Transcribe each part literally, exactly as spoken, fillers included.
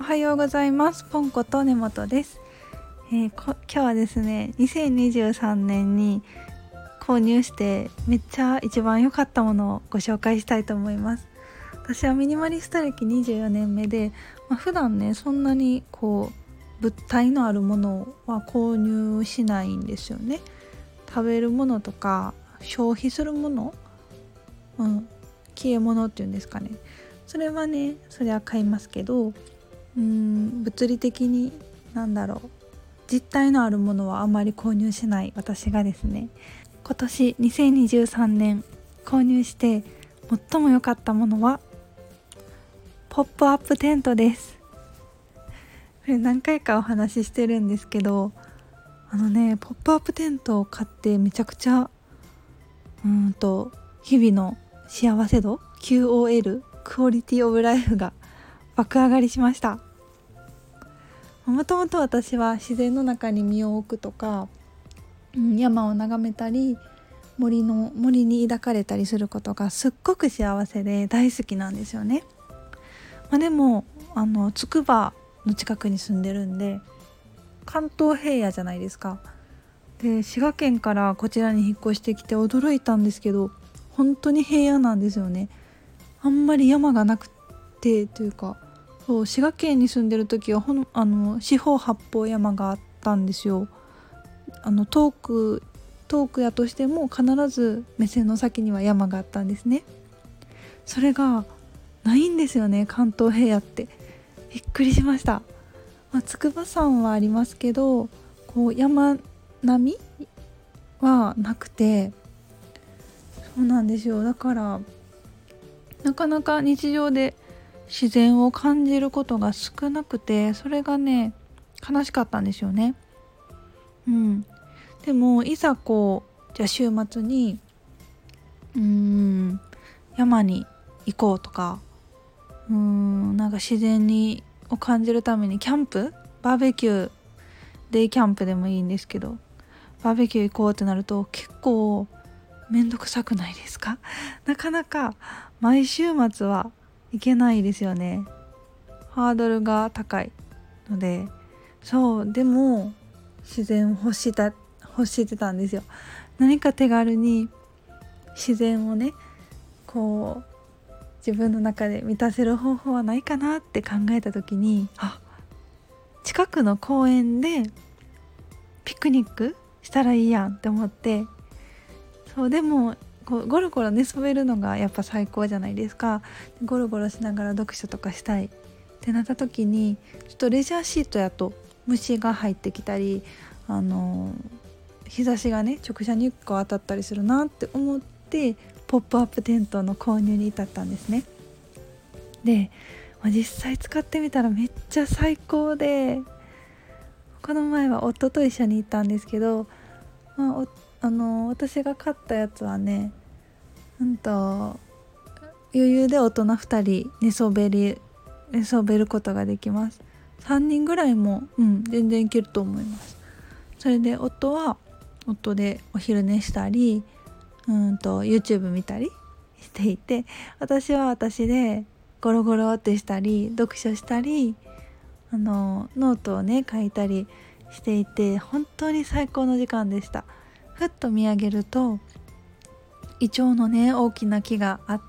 はようございます。ポンコと根本です。えー、こ今日はですねにせんにじゅうさんねんに購入してめっちゃ一番良かったものをご紹介したいと思います。私はミニマリスト歴にじゅうよねんめで、まあ、普段ねそんなにこう物体のあるものは購入しないんですよね。食べるものとか消費するもの、うん、消え物っていうんですかね、それはねそれは買いますけど、うーん物理的になんだろう実体のあるものはあまり購入しない私がですね、今年にせんにじゅうさんねん購入して最も良かったものはポップアップテントです。これ何回かお話ししてるんですけど、あのねポップアップテントを買ってめちゃくちゃうーんと日々の幸せ度 キューオーエル クオリティオブライフが爆上がりしました。もともと私は自然の中に身を置くとか、うん、山を眺めたり森の森に抱かれたりすることがすっごく幸せで大好きなんですよね。まあ、でもあの筑波の近くに住んでるんで関東平野じゃないですか。で滋賀県からこちらに引っ越してきて驚いたんですけど、本当に平野なんですよね。あんまり山がなくてというか、そう滋賀県に住んでる時はほんあの四方八方山があったんですよ。あの遠く遠くやとしても必ず目線の先には山があったんですね。それがないんですよね、関東平野って。びっくりしました。まあ、筑波山はありますけどこう山並みはなくて、そうなんですよ。だからなかなか日常で自然を感じることが少なくて、それがね悲しかったんですよね。うん。でもいざこうじゃあ週末にうーん山に行こうとか、うーんなんか自然にを感じるためにキャンプバーベキューデイキャンプでもいいんですけど、バーベキュー行こうってなると結構めんどくさくないですか？なかなか毎週末は行けないですよね。ハードルが高いので。そうでも自然を欲した欲してたんですよ。何か手軽に自然をねこう自分の中で満たせる方法はないかなって考えた時に、あ、近くの公園でピクニックしたらいいやんって思って、そうでもこうゴロゴロ寝そべるのがやっぱ最高じゃないですか。ゴロゴロしながら読書とかしたいってなった時に、ちょっとレジャーシートやと虫が入ってきたり、あの日差しがね直射日光当たったりするなって思ってポップアップテントの購入に至ったんですね。で、まあ、実際使ってみたらめっちゃ最高で、この前は夫と一緒に行ったんですけど、まあ、おあの私が買ったやつはね、うんと余裕で大人ふたり寝そべり寝そべることができます。さんにんぐらいも、うん、全然いけると思います。それで夫は夫でお昼寝したり、うんと YouTube 見たりしていて、私は私でゴロゴロってしたり読書したり、あのノートをね書いたりしていて、本当に最高の時間でした。ふっと見上げるとイチョウのね大きな木があって、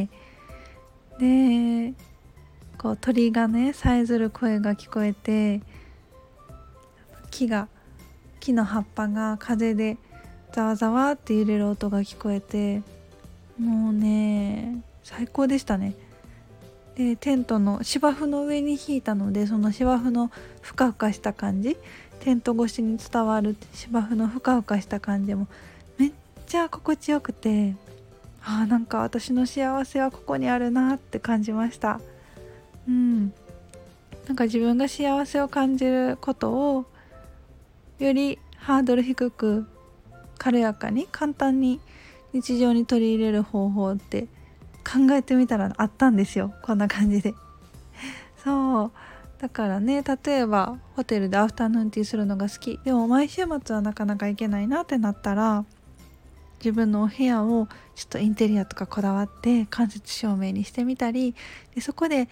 でこう鳥がねさえずる声が聞こえて、木が木の葉っぱが風でざわざわって揺れる音が聞こえて、もうね最高でしたね。でテントの芝生の上に引いたので、その芝生のふかふかした感じ、テント越しに伝わる芝生のふかふかした感じもめっちゃ心地よくて、あーなんか私の幸せはここにあるなって感じました。うん、なんか自分が幸せを感じることをよりハードル低く軽やかに簡単に日常に取り入れる方法って考えてみたらあったんですよ、こんな感じで。そうだからね、例えばホテルでアフタヌーンティーするのが好きでも毎週末はなかなか行けないなってなったら、自分のお部屋をちょっとインテリアとかこだわって間接照明にしてみたり、でそこで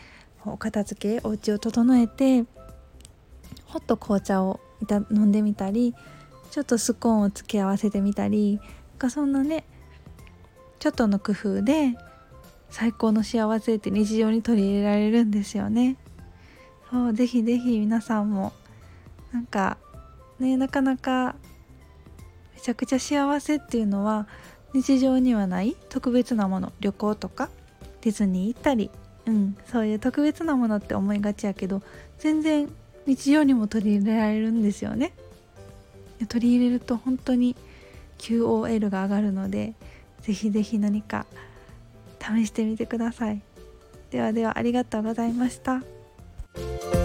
お片付けお家を整えてホット紅茶をいた飲んでみたり、ちょっとスコーンを付け合わせてみたり、かそんなねちょっとの工夫で最高の幸せって日常に取り入れられるんですよね。そう、ぜひぜひ皆さんもなんかね、なかなかめちゃくちゃ幸せっていうのは日常にはない特別なもの、旅行とかディズニー行ったり、うん、そういう特別なものって思いがちやけど、全然日常にも取り入れられるんですよね。取り入れると本当に キューオーエル が上がるので、ぜひぜひ何か試してみてください。ではでは、ありがとうございました。